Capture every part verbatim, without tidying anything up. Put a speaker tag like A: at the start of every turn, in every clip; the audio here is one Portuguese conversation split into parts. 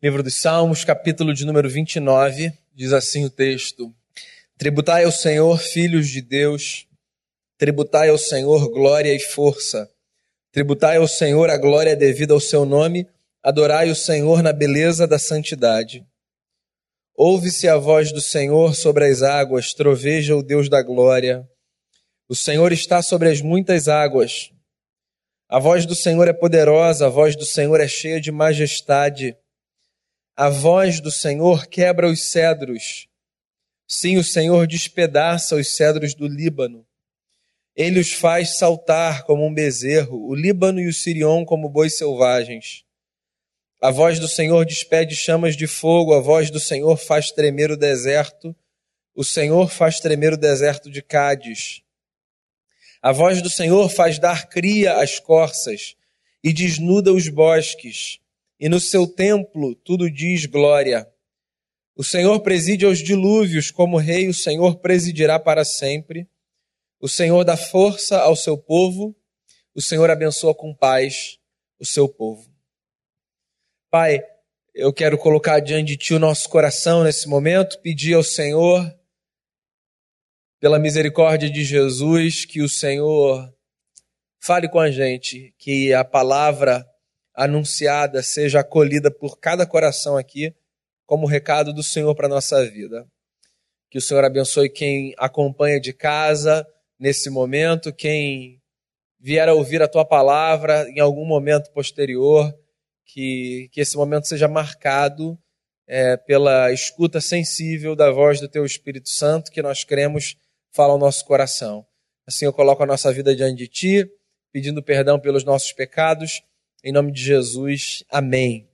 A: Livro dos Salmos, capítulo de número vinte e nove, diz assim o texto: Tributai ao Senhor, filhos de Deus, tributai ao Senhor glória e força, tributai ao Senhor a glória devida ao seu nome, adorai o Senhor na beleza da santidade. Ouve-se a voz do Senhor sobre as águas, troveja o Deus da glória. O Senhor está sobre as muitas águas. A voz do Senhor é poderosa, a voz do Senhor é cheia de majestade. A voz do Senhor quebra os cedros. Sim, o Senhor despedaça os cedros do Líbano. Ele os faz saltar como um bezerro, o Líbano e o Sirion como bois selvagens. A voz do Senhor despede chamas de fogo, a voz do Senhor faz tremer o deserto. O Senhor faz tremer o deserto de Cádiz. A voz do Senhor faz dar cria às corças e desnuda os bosques. E no seu templo tudo diz glória. O Senhor preside aos dilúvios, como rei o Senhor presidirá para sempre. O Senhor dá força ao seu povo, o Senhor abençoa com paz o seu povo. Pai, eu quero colocar diante de Ti o nosso coração nesse momento, pedir ao Senhor, pela misericórdia de Jesus, que o Senhor fale com a gente, que a palavra anunciada seja acolhida por cada coração aqui como recado do Senhor para a nossa vida. Que o Senhor abençoe quem acompanha de casa nesse momento, quem vier a ouvir a Tua palavra em algum momento posterior, que, que esse momento seja marcado é, pela escuta sensível da voz do Teu Espírito Santo, que nós cremos fala ao nosso coração. Assim eu coloco a nossa vida diante de Ti, pedindo perdão pelos nossos pecados. Em nome de Jesus, amém.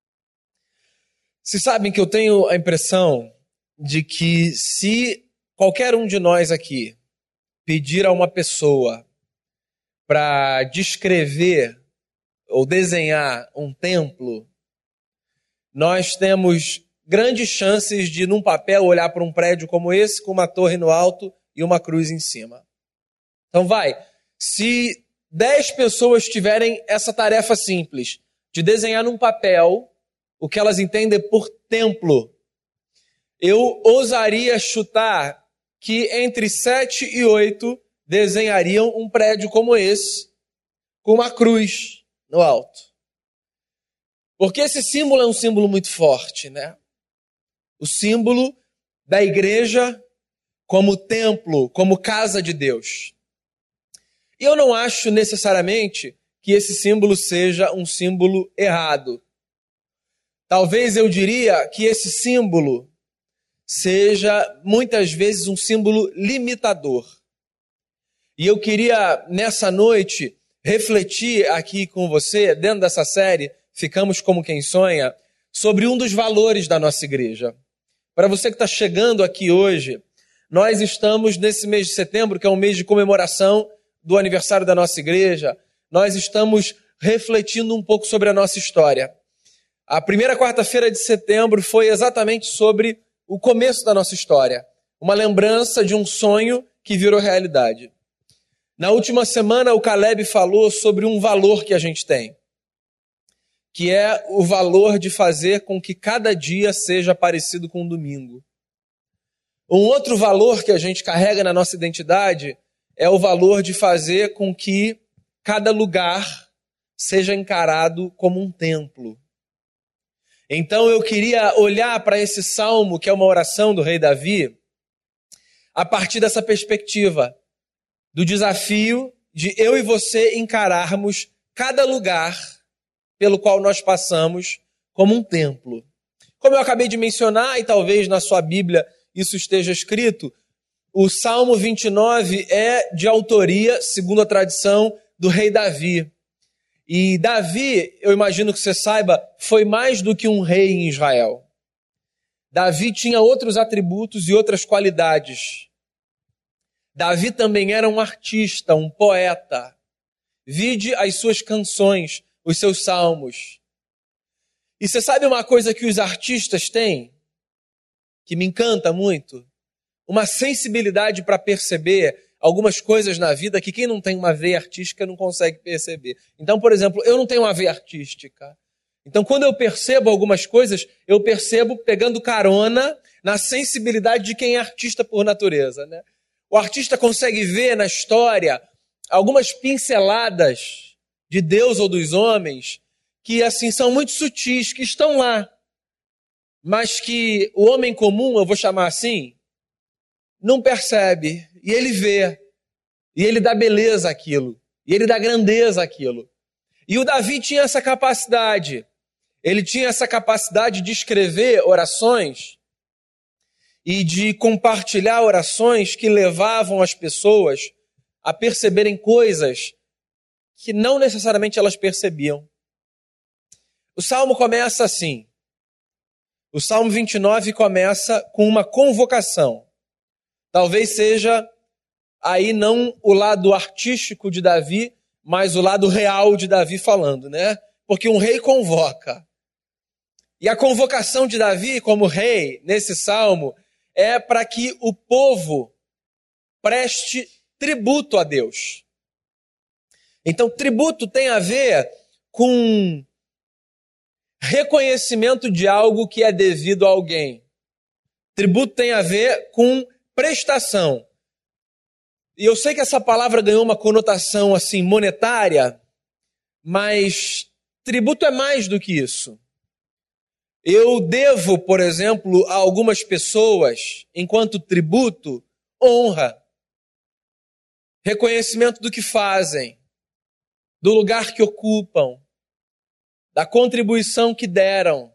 A: Vocês sabem que eu tenho a impressão de que se qualquer um de nós aqui pedir a uma pessoa para descrever ou desenhar um templo, nós temos grandes chances de, num papel, olhar para um prédio como esse, com uma torre no alto e uma cruz em cima. Então vai, se dez pessoas tiverem essa tarefa simples de desenhar num papel o que elas entendem por templo, eu ousaria chutar que entre sete e oito desenhariam um prédio como esse, com uma cruz no alto. Porque esse símbolo é um símbolo muito forte, né? O símbolo da igreja como templo, como casa de Deus. E eu não acho necessariamente que esse símbolo seja um símbolo errado. Talvez eu diria que esse símbolo seja muitas vezes um símbolo limitador. E eu queria, nessa noite, refletir aqui com você, dentro dessa série, Ficamos como Quem Sonha, sobre um dos valores da nossa igreja. Para você que está chegando aqui hoje, nós estamos nesse mês de setembro, que é um mês de comemoração do aniversário da nossa igreja, nós estamos refletindo um pouco sobre a nossa história. A primeira quarta-feira de setembro foi exatamente sobre o começo da nossa história, uma lembrança de um sonho que virou realidade. Na última semana, o Caleb falou sobre um valor que a gente tem, que é o valor de fazer com que cada dia seja parecido com um domingo. Um outro valor que a gente carrega na nossa identidade é o valor de fazer com que cada lugar seja encarado como um templo. Então eu queria olhar para esse salmo, que é uma oração do rei Davi, a partir dessa perspectiva, do desafio de eu e você encararmos cada lugar pelo qual nós passamos como um templo. Como eu acabei de mencionar, e talvez na sua Bíblia isso esteja escrito, o Salmo vinte e nove é de autoria, segundo a tradição, do rei Davi. E Davi, eu imagino que você saiba, foi mais do que um rei em Israel. Davi tinha outros atributos e outras qualidades. Davi também era um artista, um poeta. Vide as suas canções, os seus salmos. E você sabe uma coisa que os artistas têm, que me encanta muito? Uma sensibilidade para perceber algumas coisas na vida que quem não tem uma veia artística não consegue perceber. Então, por exemplo, eu não tenho uma veia artística. Então, quando eu percebo algumas coisas, eu percebo pegando carona na sensibilidade de quem é artista por natureza, né? O artista consegue ver na história algumas pinceladas de Deus ou dos homens que, assim, são muito sutis, que estão lá, mas que o homem comum, eu vou chamar assim, não percebe. E ele vê. E ele dá beleza àquilo. E ele dá grandeza àquilo. E o Davi tinha essa capacidade. Ele tinha essa capacidade de escrever orações e de compartilhar orações que levavam as pessoas a perceberem coisas que não necessariamente elas percebiam. O Salmo começa assim. O Salmo vinte e nove começa com uma convocação. Talvez seja aí não o lado artístico de Davi, mas o lado real de Davi falando, né? Porque um rei convoca. E a convocação de Davi como rei, nesse salmo, é para que o povo preste tributo a Deus. Então, tributo tem a ver com reconhecimento de algo que é devido a alguém. Tributo tem a ver com prestação. E eu sei que essa palavra ganhou uma conotação assim monetária, mas tributo é mais do que isso. Eu devo, por exemplo, a algumas pessoas, enquanto tributo, honra, reconhecimento do que fazem, do lugar que ocupam, da contribuição que deram.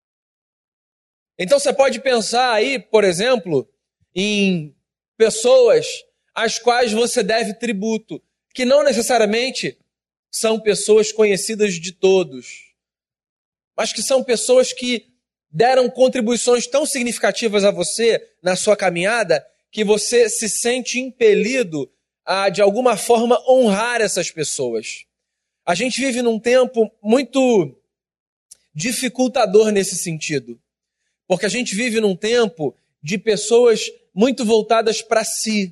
A: Então você pode pensar aí, por exemplo, em pessoas às quais você deve tributo, que não necessariamente são pessoas conhecidas de todos, mas que são pessoas que deram contribuições tão significativas a você na sua caminhada que você se sente impelido a, de alguma forma, honrar essas pessoas. A gente vive num tempo muito dificultador nesse sentido, porque a gente vive num tempo de pessoas muito voltadas para si.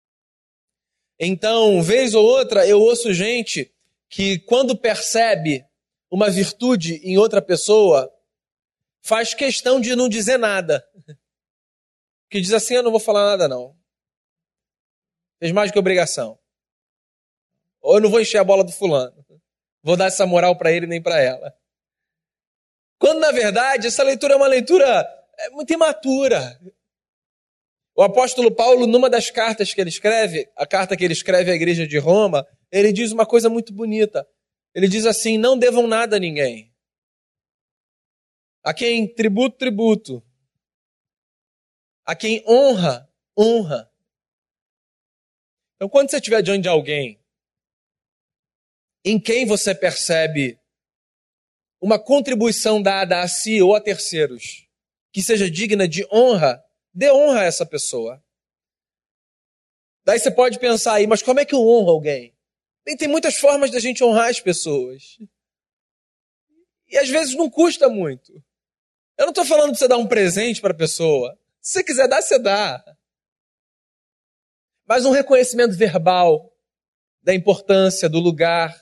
A: Então, vez ou outra, eu ouço gente que, quando percebe uma virtude em outra pessoa, faz questão de não dizer nada. Que diz assim, eu não vou falar nada não. Fez mais do que obrigação. Ou eu não vou encher a bola do fulano. Vou dar essa moral para ele nem para ela. Quando, na verdade, essa leitura é uma leitura muito imatura. O apóstolo Paulo, numa das cartas que ele escreve, a carta que ele escreve à igreja de Roma, ele diz uma coisa muito bonita. Ele diz assim, não devam nada a ninguém. A quem tributo, tributo. A quem honra, honra. Então, quando você estiver diante de alguém em quem você percebe uma contribuição dada a si ou a terceiros que seja digna de honra, dê honra a essa pessoa. Daí você pode pensar aí, mas como é que eu honro alguém? Bem, tem muitas formas da gente honrar as pessoas. E às vezes não custa muito. Eu não estou falando de você dar um presente para a pessoa. Se você quiser dar, você dá. Mas um reconhecimento verbal da importância, do lugar.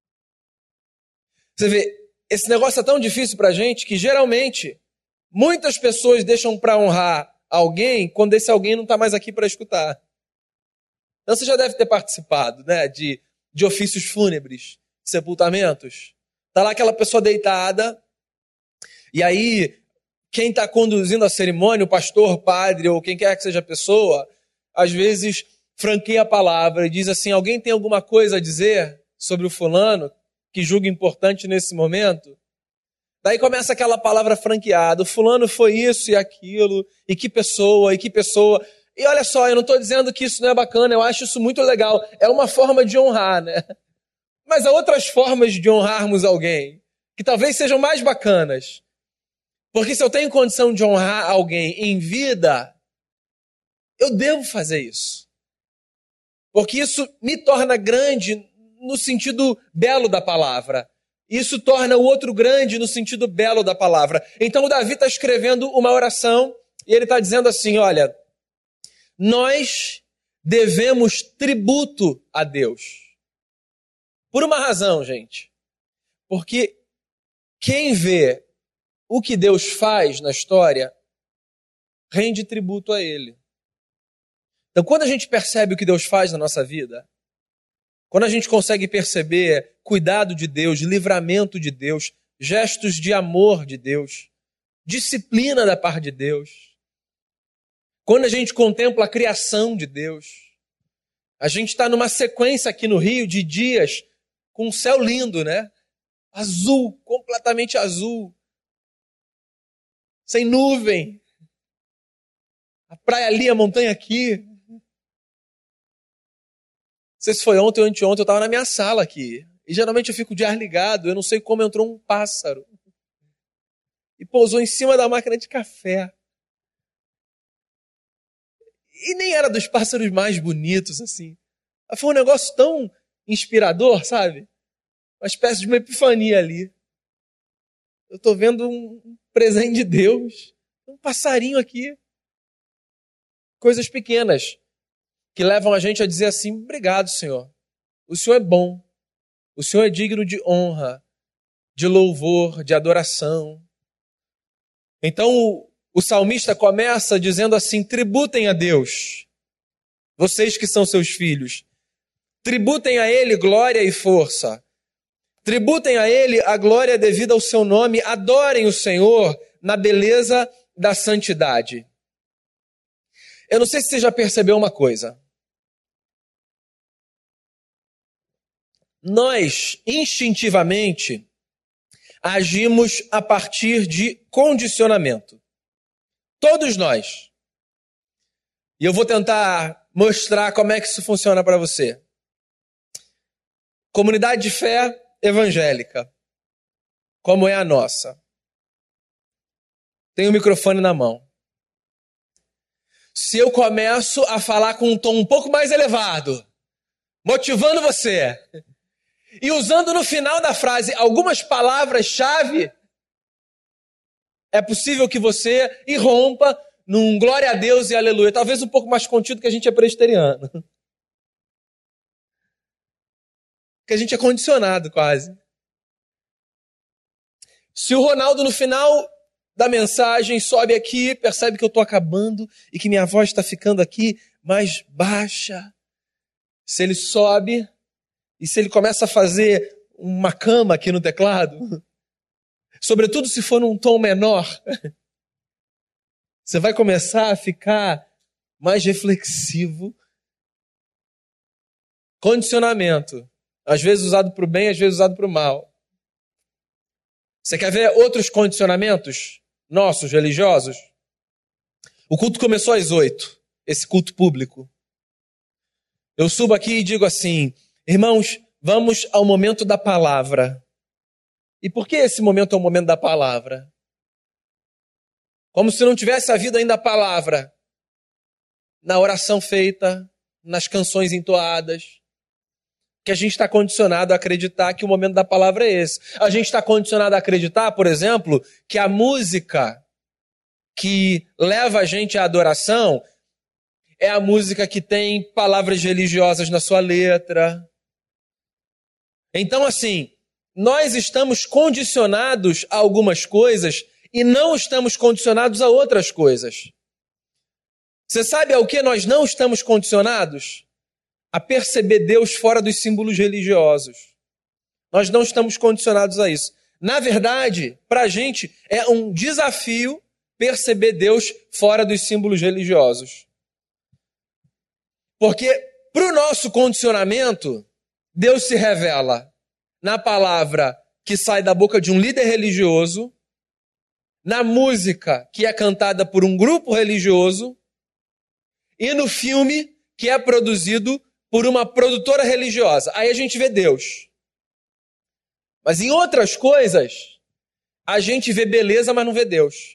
A: Você vê, esse negócio é tão difícil para a gente que geralmente muitas pessoas deixam para honrar alguém quando esse alguém não está mais aqui para escutar. Então você já deve ter participado, né, de, de ofícios fúnebres, de sepultamentos. Está lá aquela pessoa deitada, e aí quem está conduzindo a cerimônia, o pastor, o padre ou quem quer que seja a pessoa, às vezes franqueia a palavra e diz assim, alguém tem alguma coisa a dizer sobre o fulano que julga importante nesse momento? Daí começa aquela palavra franqueada, o fulano foi isso e aquilo, e que pessoa, e que pessoa. E olha só, eu não estou dizendo que isso não é bacana, eu acho isso muito legal. É uma forma de honrar, né? Mas há outras formas de honrarmos alguém, que talvez sejam mais bacanas. Porque se eu tenho condição de honrar alguém em vida, eu devo fazer isso. Porque isso me torna grande no sentido belo da palavra. Isso torna o outro grande no sentido belo da palavra. Então o Davi está escrevendo uma oração e ele está dizendo assim, olha, nós devemos tributo a Deus. Por uma razão, gente. Porque quem vê o que Deus faz na história, rende tributo a Ele. Então, quando a gente percebe o que Deus faz na nossa vida, quando a gente consegue perceber cuidado de Deus, livramento de Deus, gestos de amor de Deus, disciplina da parte de Deus, quando a gente contempla a criação de Deus, a gente está numa sequência aqui no Rio de dias com um céu lindo, né? Azul, completamente azul, sem nuvem, a praia ali, a montanha aqui. Não sei se foi ontem ou anteontem, eu estava na minha sala aqui. E geralmente eu fico de ar ligado, eu não sei como entrou um pássaro. E pousou em cima da máquina de café. E nem era dos pássaros mais bonitos, assim. Foi um negócio tão inspirador, sabe? Uma espécie de uma epifania ali. Eu estou vendo um presente de Deus. Um passarinho aqui. Coisas pequenas que levam a gente a dizer assim, obrigado, Senhor. O Senhor é bom. O Senhor é digno de honra, de louvor, de adoração. Então o, o salmista começa dizendo assim, tributem a Deus, vocês que são seus filhos. Tributem a Ele glória e força. Tributem a Ele a glória devida ao seu nome. Adorem o Senhor na beleza da santidade. Eu não sei se você já percebeu uma coisa. Nós, instintivamente, agimos a partir de condicionamento. Todos nós. E eu vou tentar mostrar como é que isso funciona para você. Comunidade de fé evangélica, como é a nossa. Tem o microfone na mão. Se eu começo a falar com um tom um pouco mais elevado, motivando você, e usando no final da frase algumas palavras-chave, é possível que você irrompa num glória a Deus e aleluia. Talvez um pouco mais contido, que a gente é presbiteriano. Que a gente é condicionado quase. Se o Ronaldo no final da mensagem sobe aqui, percebe que eu estou acabando e que minha voz está ficando aqui mais baixa. Se ele sobe e se ele começa a fazer uma cama aqui no teclado, sobretudo se for num tom menor, você vai começar a ficar mais reflexivo. Condicionamento. Às vezes usado para o bem, às vezes usado para o mal. Você quer ver outros condicionamentos nossos, religiosos? O culto começou às oito, esse culto público. Eu subo aqui e digo assim, irmãos, vamos ao momento da palavra. E por que esse momento é o momento da palavra? Como se não tivesse havido ainda a palavra na oração feita, nas canções entoadas. Que a gente está condicionado a acreditar que o momento da palavra é esse. A gente está condicionado a acreditar, por exemplo, que a música que leva a gente à adoração é a música que tem palavras religiosas na sua letra. Então, assim, nós estamos condicionados a algumas coisas e não estamos condicionados a outras coisas. Você sabe ao que nós não estamos condicionados? A perceber Deus fora dos símbolos religiosos. Nós não estamos condicionados a isso. Na verdade, para a gente é um desafio perceber Deus fora dos símbolos religiosos. Porque para o nosso condicionamento, Deus se revela na palavra que sai da boca de um líder religioso, na música que é cantada por um grupo religioso e no filme que é produzido por uma produtora religiosa. Aí a gente vê Deus. Mas em outras coisas, a gente vê beleza, mas não vê Deus.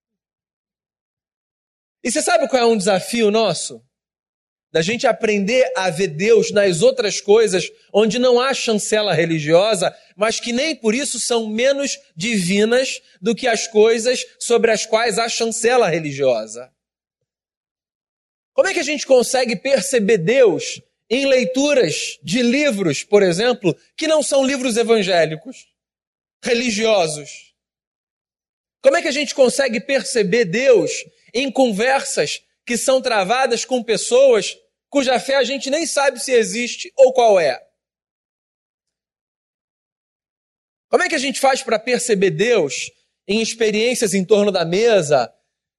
A: E você sabe qual é um desafio nosso? Da gente aprender a ver Deus nas outras coisas, onde não há chancela religiosa, mas que nem por isso são menos divinas do que as coisas sobre as quais há chancela religiosa. Como é que a gente consegue perceber Deus em leituras de livros, por exemplo, que não são livros evangélicos? religiosos? Como é que a gente consegue perceber Deus em conversas que são travadas com pessoas cuja fé a gente nem sabe se existe ou qual é? Como é que a gente faz para perceber Deus em experiências em torno da mesa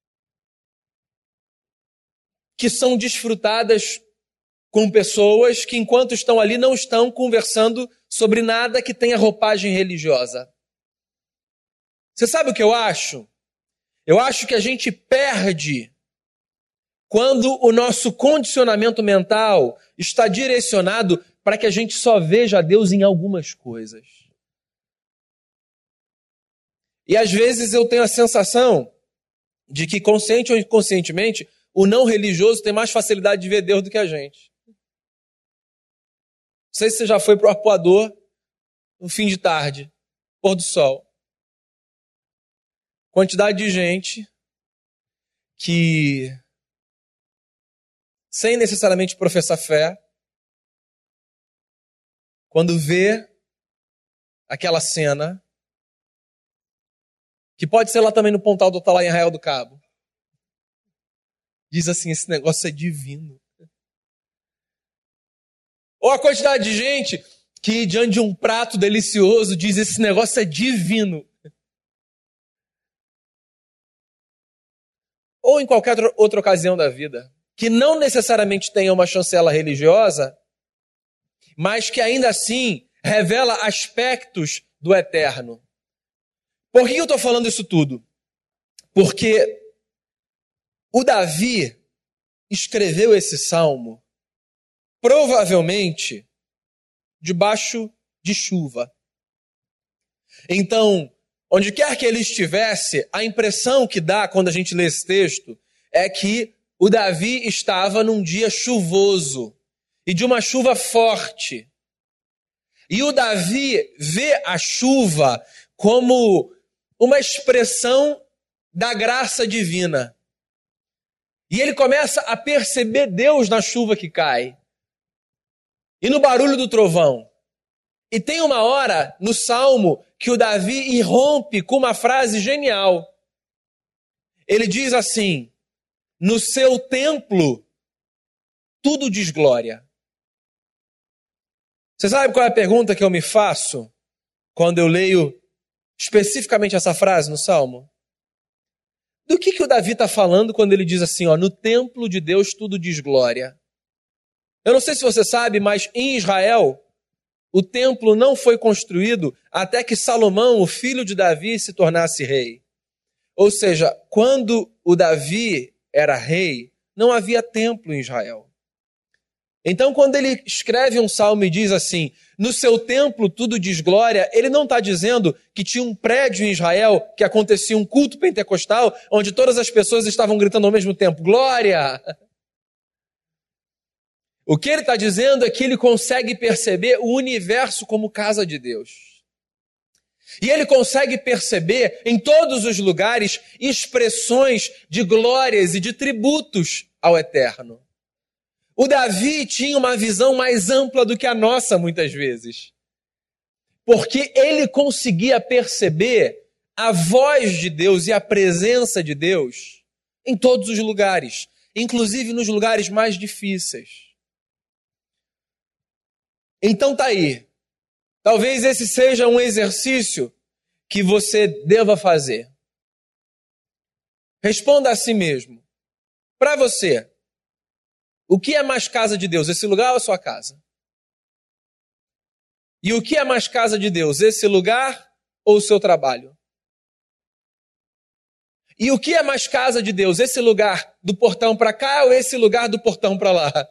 A: que são desfrutadas com pessoas que, enquanto estão ali, não estão conversando sobre nada que tenha roupagem religiosa? Você sabe o que eu acho? Eu acho que a gente perde quando o nosso condicionamento mental está direcionado para que a gente só veja Deus em algumas coisas. E às vezes eu tenho a sensação de que, consciente ou inconscientemente, o não religioso tem mais facilidade de ver Deus do que a gente. Não sei se você já foi para o arpoador no fim de tarde, pôr do sol. Quantidade de gente que, sem necessariamente professar fé, quando vê aquela cena, que pode ser lá também no Pontal do Atalaia em Arraial do Cabo, diz assim: esse negócio é divino. Ou a quantidade de gente que, diante de um prato delicioso, diz: esse negócio é divino. Ou em qualquer outra ocasião da vida, que não necessariamente tenha uma chancela religiosa, mas que ainda assim revela aspectos do eterno. Por que eu estou falando isso tudo? Porque o Davi escreveu esse salmo provavelmente debaixo de chuva. Então, onde quer que ele estivesse, a impressão que dá quando a gente lê esse texto é que o Davi estava num dia chuvoso e de uma chuva forte. E o Davi vê a chuva como uma expressão da graça divina. E ele começa a perceber Deus na chuva que cai e no barulho do trovão. E tem uma hora no Salmo que o Davi irrompe com uma frase genial. Ele diz assim: no seu templo tudo diz glória. Você sabe qual é a pergunta que eu me faço quando eu leio especificamente essa frase no Salmo? Do que, que o Davi está falando quando ele diz assim, ó, no templo de Deus tudo diz glória? Eu não sei se você sabe, mas em Israel, o templo não foi construído até que Salomão, o filho de Davi, se tornasse rei. Ou seja, quando o Davi era rei, não havia templo em Israel. Então, quando ele escreve um salmo e diz assim, no seu templo tudo diz glória, ele não está dizendo que tinha um prédio em Israel que acontecia um culto pentecostal, onde todas as pessoas estavam gritando ao mesmo tempo, glória! O que ele está dizendo é que ele consegue perceber o universo como casa de Deus. E ele consegue perceber em todos os lugares expressões de glórias e de tributos ao eterno. O Davi tinha uma visão mais ampla do que a nossa, muitas vezes. Porque ele conseguia perceber a voz de Deus e a presença de Deus em todos os lugares, inclusive nos lugares mais difíceis. Então tá aí. Talvez esse seja um exercício que você deva fazer. Responda a si mesmo. Para você, o que é mais casa de Deus, esse lugar ou a sua casa? E o que é mais casa de Deus, esse lugar ou o seu trabalho? E o que é mais casa de Deus, esse lugar do portão para cá ou esse lugar do portão para lá?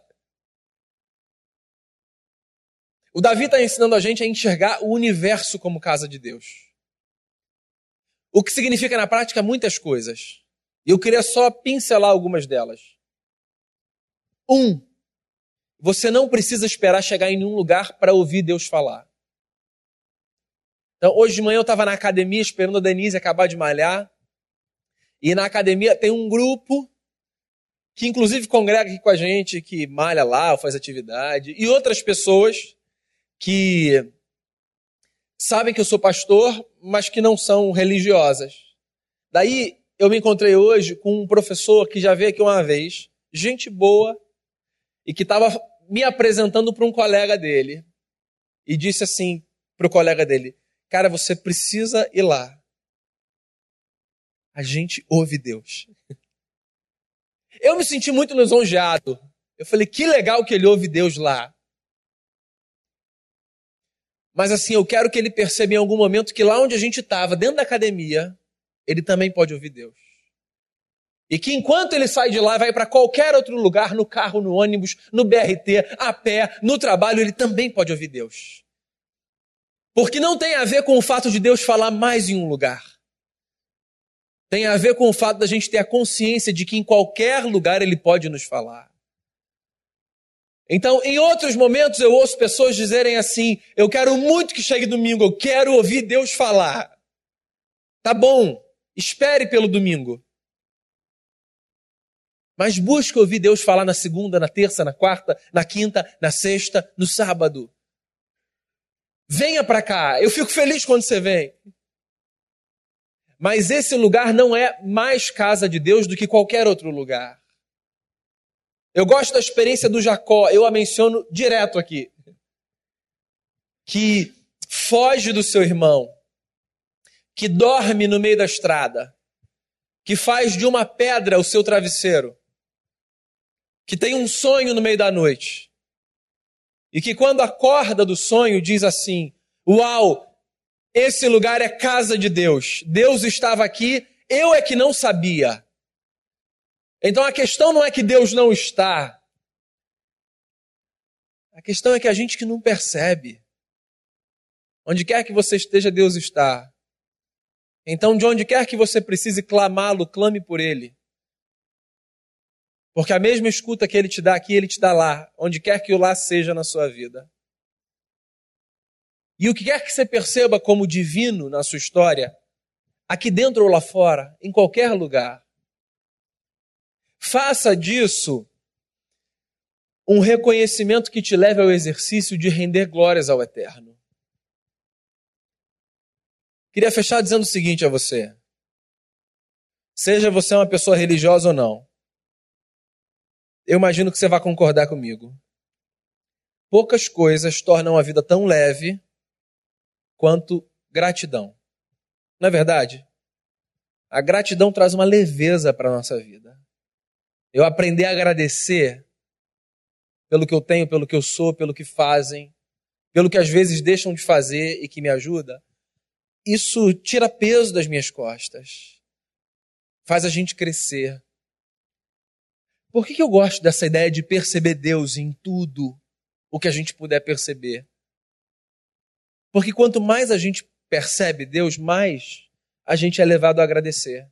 A: O Davi está ensinando a gente a enxergar o universo como casa de Deus. O que significa na prática muitas coisas. E eu queria só pincelar algumas delas. Um, você não precisa esperar chegar em nenhum lugar para ouvir Deus falar. Então, hoje de manhã eu estava na academia esperando a Denise acabar de malhar. E na academia tem um grupo que inclusive congrega aqui com a gente, que malha lá, faz atividade. E outras pessoas que sabem que eu sou pastor, mas que não são religiosas. Daí eu me encontrei hoje com um professor que já veio aqui uma vez, gente boa, e que estava me apresentando para um colega dele. E disse assim para o colega dele: cara, você precisa ir lá. A gente ouve Deus. Eu me senti muito lisonjeado. Eu falei, que legal que ele ouve Deus lá. Mas assim, eu quero que ele perceba em algum momento que lá onde a gente estava, dentro da academia, ele também pode ouvir Deus. E que enquanto ele sai de lá, vai para qualquer outro lugar, no carro, no ônibus, no B R T, a pé, no trabalho, ele também pode ouvir Deus. Porque não tem a ver com o fato de Deus falar mais em um lugar. Tem a ver com o fato da gente ter a consciência de que em qualquer lugar ele pode nos falar. Então, em outros momentos eu ouço pessoas dizerem assim, eu quero muito que chegue domingo, eu quero ouvir Deus falar. Tá bom, espere pelo domingo. Mas busque ouvir Deus falar na segunda, na terça, na quarta, na quinta, na sexta, no sábado. Venha para cá, eu fico feliz quando você vem. Mas esse lugar não é mais casa de Deus do que qualquer outro lugar. Eu gosto da experiência do Jacó, eu a menciono direto aqui. Que foge do seu irmão, que dorme no meio da estrada, que faz de uma pedra o seu travesseiro, que tem um sonho no meio da noite, e que quando acorda do sonho diz assim, uau, esse lugar é casa de Deus, Deus estava aqui, eu é que não sabia. Então a questão não é que Deus não está, a questão é que a gente que não percebe. Onde quer que você esteja, Deus está. Então de onde quer que você precise clamá-lo, clame por Ele. Porque a mesma escuta que Ele te dá aqui, Ele te dá lá, onde quer que o lá seja na sua vida. E o que quer que você perceba como divino na sua história, aqui dentro ou lá fora, em qualquer lugar, faça disso um reconhecimento que te leve ao exercício de render glórias ao Eterno. Queria fechar dizendo o seguinte a você. Seja você uma pessoa religiosa ou não, eu imagino que você vai concordar comigo. Poucas coisas tornam a vida tão leve quanto gratidão. Não é verdade? A gratidão traz uma leveza para a nossa vida. Eu aprender a agradecer pelo que eu tenho, pelo que eu sou, pelo que fazem, pelo que às vezes deixam de fazer e que me ajuda, isso tira peso das minhas costas. Faz a gente crescer. Por que que eu gosto dessa ideia de perceber Deus em tudo o que a gente puder perceber? Porque quanto mais a gente percebe Deus, mais a gente é levado a agradecer.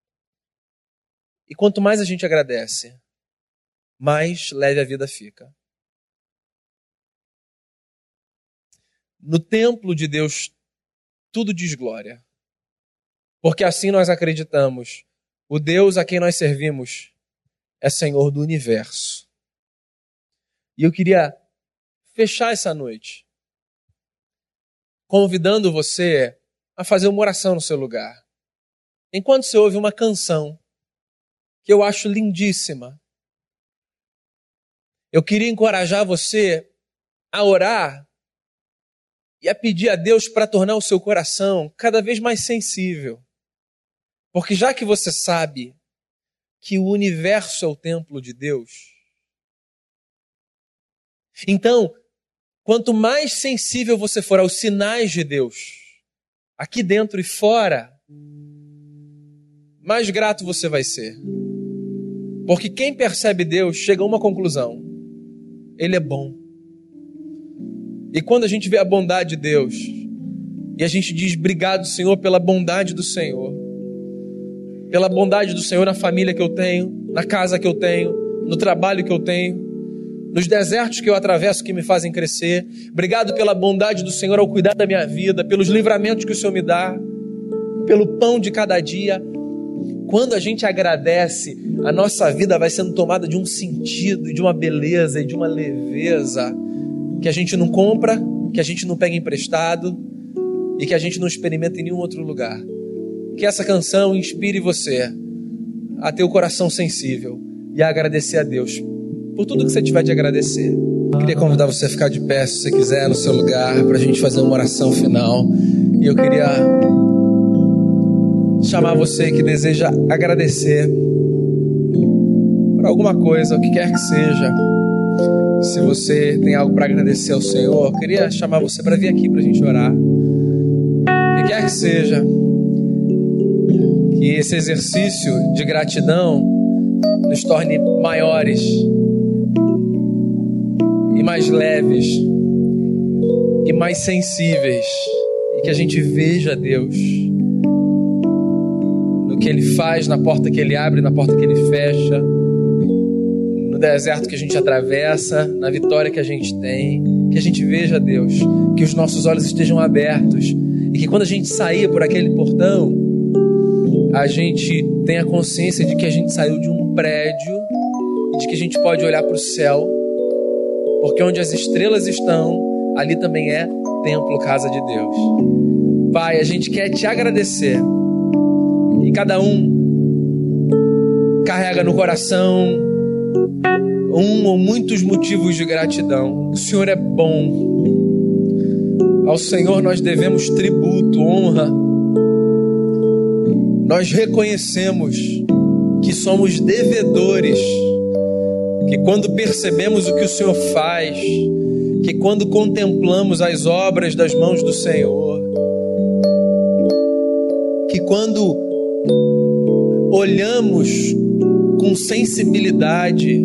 A: E quanto mais a gente agradece, mais leve a vida fica. No templo de Deus, tudo diz glória. Porque assim nós acreditamos, o Deus a quem nós servimos é Senhor do universo. E eu queria fechar essa noite convidando você a fazer uma oração no seu lugar. Enquanto você ouve uma canção que eu acho lindíssima, eu queria encorajar você a orar e a pedir a Deus para tornar o seu coração cada vez mais sensível. Porque já que você sabe que o universo é o templo de Deus, então, quanto mais sensível você for aos sinais de Deus, aqui dentro e fora, mais grato você vai ser. Porque quem percebe Deus chega a uma conclusão: Ele é bom. E quando a gente vê a bondade de Deus, e a gente diz obrigado, Senhor, pela bondade do Senhor, pela bondade do Senhor na família que eu tenho, na casa que eu tenho, no trabalho que eu tenho, nos desertos que eu atravesso que me fazem crescer. Obrigado pela bondade do Senhor ao cuidar da minha vida, pelos livramentos que o Senhor me dá, pelo pão de cada dia. Quando a gente agradece, a nossa vida vai sendo tomada de um sentido, de uma beleza e de uma leveza que a gente não compra, que a gente não pega emprestado, e que a gente não experimenta em nenhum outro lugar. Que essa canção inspire você a ter o coração sensível e a agradecer a Deus por tudo que você tiver de agradecer. Eu queria convidar você a ficar de pé, se você quiser, no seu lugar, para a gente fazer uma oração final. E eu queria chamar você que deseja agradecer por alguma coisa, o que quer que seja. Se você tem algo para agradecer ao Senhor, eu queria chamar você para vir aqui para a gente orar. O que quer que seja, que esse exercício de gratidão nos torne maiores e mais leves e mais sensíveis, e que a gente veja Deus no que Ele faz, na porta que Ele abre, na porta que Ele fecha, no deserto que a gente atravessa, na vitória que a gente tem. Que a gente veja Deus, que os nossos olhos estejam abertos, e que quando a gente sair por aquele portão, a gente tenha consciência de que a gente saiu de um prédio e de que a gente pode olhar para o céu, porque onde as estrelas estão, ali também é templo, casa de Deus. Pai, a gente quer te agradecer, e cada um carrega no coração um ou muitos motivos de gratidão. O Senhor é bom, ao Senhor nós devemos tributo, honra. Nós reconhecemos que somos devedores, que quando percebemos o que o Senhor faz, que quando contemplamos as obras das mãos do Senhor, que quando olhamos com sensibilidade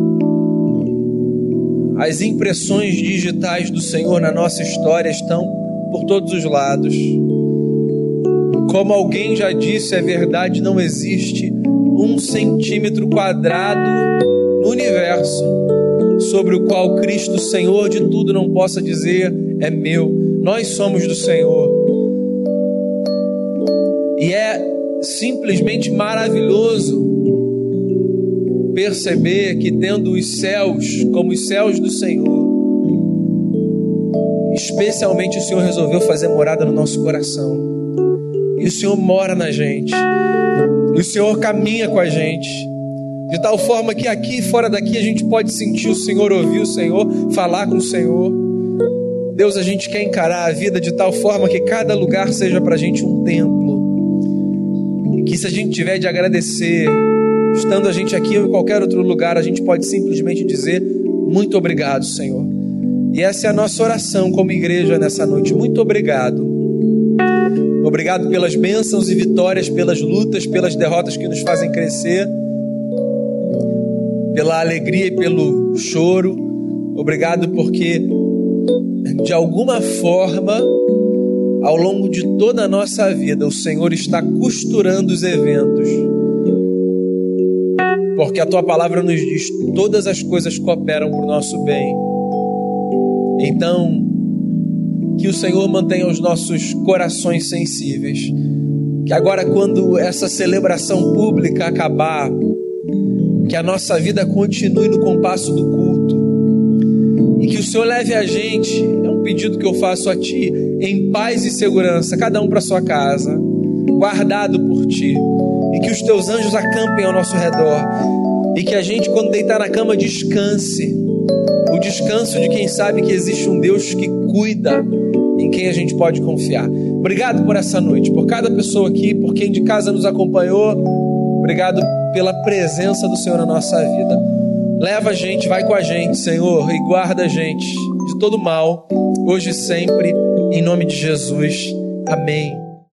A: as impressões digitais do Senhor na nossa história estão por todos os lados. Como alguém já disse, é verdade, não existe um centímetro quadrado no universo sobre o qual Cristo, Senhor de tudo, não possa dizer: é meu. Nós somos do Senhor. E é simplesmente maravilhoso perceber que, tendo os céus como os céus do Senhor, especialmente o Senhor resolveu fazer morada no nosso coração. E o Senhor mora na gente. E o Senhor caminha com a gente, de tal forma que aqui e fora daqui a gente pode sentir o Senhor, ouvir o Senhor, falar com o Senhor. Deus, a gente quer encarar a vida de tal forma que cada lugar seja pra gente um templo. E que, se a gente tiver de agradecer, estando a gente aqui ou em qualquer outro lugar, a gente pode simplesmente dizer: muito obrigado, Senhor. E essa é a nossa oração como igreja nessa noite. Muito obrigado. Obrigado pelas bênçãos e vitórias, pelas lutas, pelas derrotas que nos fazem crescer, pela alegria e pelo choro. Obrigado porque, de alguma forma, ao longo de toda a nossa vida, o Senhor está costurando os eventos. Porque a Tua palavra nos diz: todas as coisas cooperam para o nosso bem. Então, que o Senhor mantenha os nossos corações sensíveis. Que agora, quando essa celebração pública acabar, que a nossa vida continue no compasso do culto. E que o Senhor leve a gente, é um pedido que eu faço a Ti, em paz e segurança, cada um para sua casa, guardado por Ti. E que os Teus anjos acampem ao nosso redor. E que a gente, quando deitar na cama, descanse. O descanso de quem sabe que existe um Deus que cuida, em quem a gente pode confiar. Obrigado por essa noite, por cada pessoa aqui, por quem de casa nos acompanhou. Obrigado pela presença do Senhor na nossa vida. Leva a gente, vai com a gente, Senhor, e guarda a gente de todo mal, hoje e sempre, em nome de Jesus. Amém.